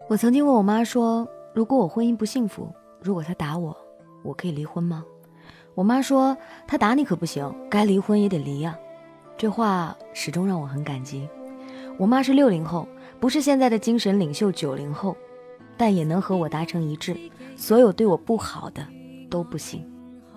我曾经问我妈说，如果我婚姻不幸福，如果他打我，我可以离婚吗？我妈说，他打你可不行，该离婚也得离呀。这话始终让我很感激。我妈是60后，不是现在的精神领袖90后，但也能和我达成一致，所有对我不好的都不行。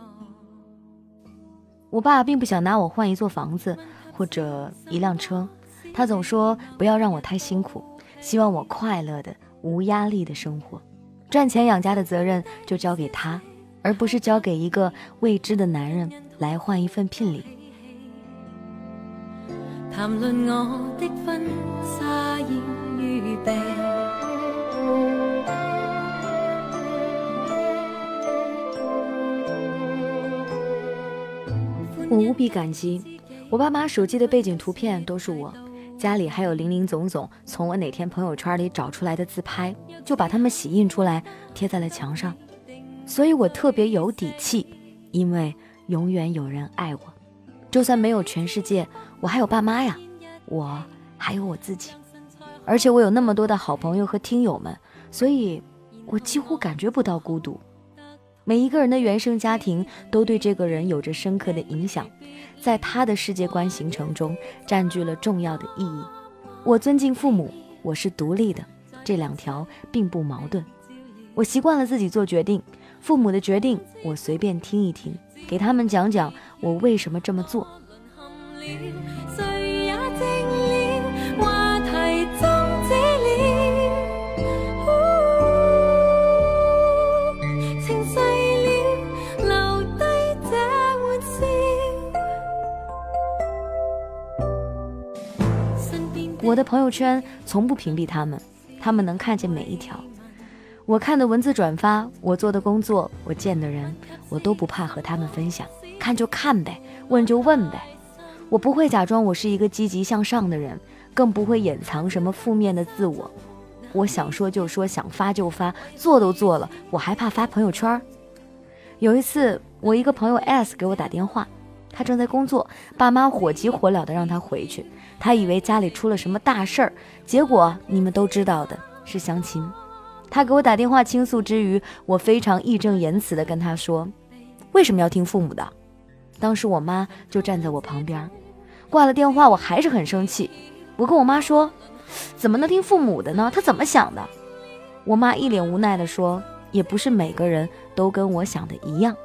我爸并不想拿我换一座房子或者一辆车，他总说不要让我太辛苦，希望我快乐的无压力的生活，赚钱养家的责任就交给他，而不是交给一个未知的男人来换一份聘礼。談論我的婚紗已預備，我無比感激，我爸媽手機的背景圖片都是我，家裡還有林林總總從我哪天朋友圈裡找出來的自拍，就把它們洗印出來貼在了牆上。所以我特別有底氣，因為永遠有人愛我，就算沒有全世界，我還有爸媽呀，我還有我自己，而且我有那麼多的好朋友和聽友們，所以我幾乎感覺不到孤獨。每一個人的原生家庭都對這個人有着深刻的影響，在他的世界觀形成中佔據了重要的意義。我尊敬父母，我是獨立的，這兩條並不矛盾。我習慣了自己做決定，父母的決定我隨便聽一聽，給他們講講我為什麼這麼做。我的朋友圈從不屏蔽他們，他們能看見每一條。我看的文字轉發，我做的工作，我見的人，我都不怕和他們分享。看就看唄，問就問唄。我不會假裝我是一個積極向上的人，更不會掩藏什麼負面的自我。我想說就說，想發就發，做都做了，我還怕發朋友圈？有一次，我一個朋友 S 給我打電話，他正在工作，爸媽火急火燎的讓他回去，他以為家裡出了什麼大事兒，結果你們都知道的，是相親。他給我打電話傾訴之餘，我非常義正言辭的跟他說，為什麼要聽父母的？當時我媽就站在我旁邊，掛了電話我還是很生氣，我跟我媽說，怎麼能聽父母的呢？他怎麼想的？我媽一臉無奈的說，也不是每個人都跟我想的一樣。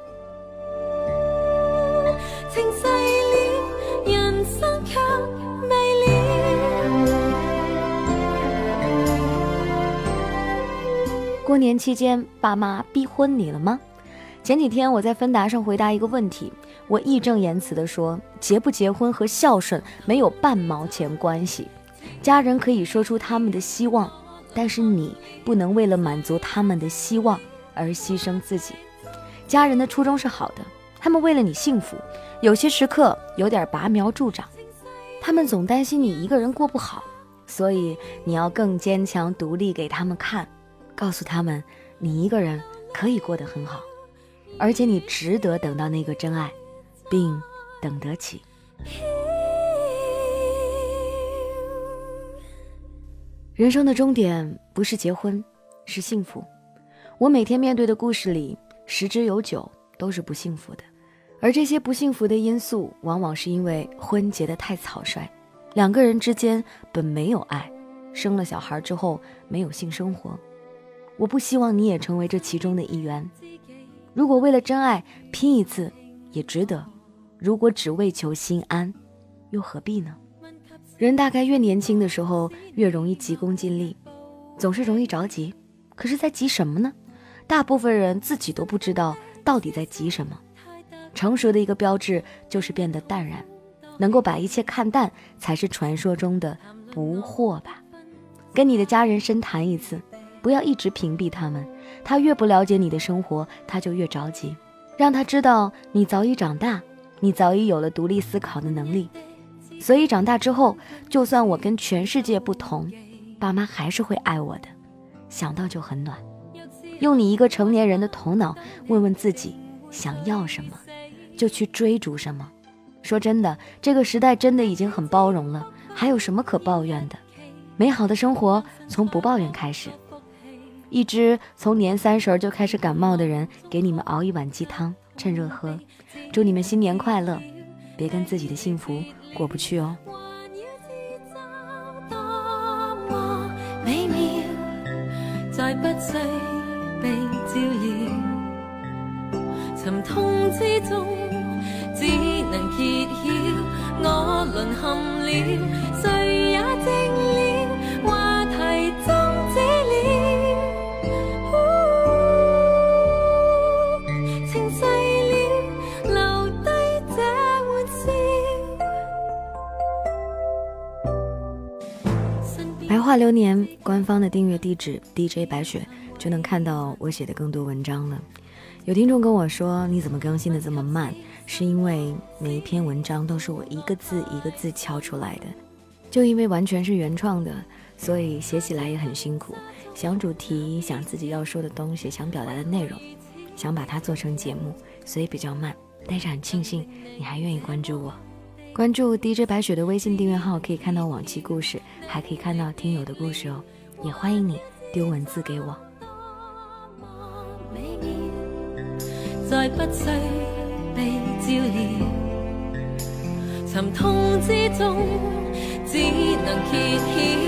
過年期間，爸媽逼婚你了嗎？前幾天我在芬達上回答一個問題，我義正言辭地說，結不結婚和孝順沒有半毛錢關係。家人可以說出他們的希望，但是你不能為了滿足他們的希望而犧牲自己。家人的初衷是好的，他們為了你幸福，有些時刻有點拔苗助長，他們總擔心你一個人過不好，所以你要更堅強獨立給他們看，告訴他們你一個人可以過得很好，而且你值得等到那個真愛，並等得起。人生的終點不是結婚，是幸福。我每天面對的故事裡，10之有9都是不幸福的，而這些不幸福的因素往往是因為婚結得太草率，兩個人之間本沒有愛，生了小孩之後沒有性生活。我不希望你也成為這其中的一員。如果為了真愛拼一次也值得，如果只為求心安，又何必呢？人大概越年輕的時候越容易急功近利，總是容易着急。可是在急什麼呢？大部分人自己都不知道到底在急什麼。成熟的一個標誌就是變得淡然，能夠把一切看淡，才是傳說中的不惑吧。跟你的家人深談一次，不要一直屏蔽他們，他越不了解你的生活，他就越着急。讓他知道你早已長大，你早已有了獨立思考的能力。所以長大之後，就算我跟全世界不同，爸媽還是會愛我的，想到就很暖。用你一個成年人的頭腦問問自己想要什麼，就去追逐什麼。說真的，這個時代真的已經很包容了，還有什麼可抱怨的？美好的生活從不抱怨開始。 一只从年30就开始感冒的人给你们熬一碗鸡汤，趁热喝。祝你们新年快乐，别跟自己的幸福过不去哦。美妙在不需被照料，沉痛之中只能揭曉我淪陷了，誰也靜了，話題終止了，情逝了，留低這玩笑。白话流年官方的订阅地址 DJ 白雪，就能看到我写的更多文章了。有听众跟我说，你怎么更新的这么慢？是因为每一篇文章都是我一个字一个字敲出来的，就因为完全是原创的，所以写起来也很辛苦。想主题，想自己要说的东西，想表达的内容，想把它做成节目，所以比较慢。但是很庆幸你还愿意关注我。关注 DJ 白雪的微信订阅号，可以看到往期故事，还可以看到听友的故事哦。也欢迎你丢文字给我。再不需被照料，沉痛之中只能揭曉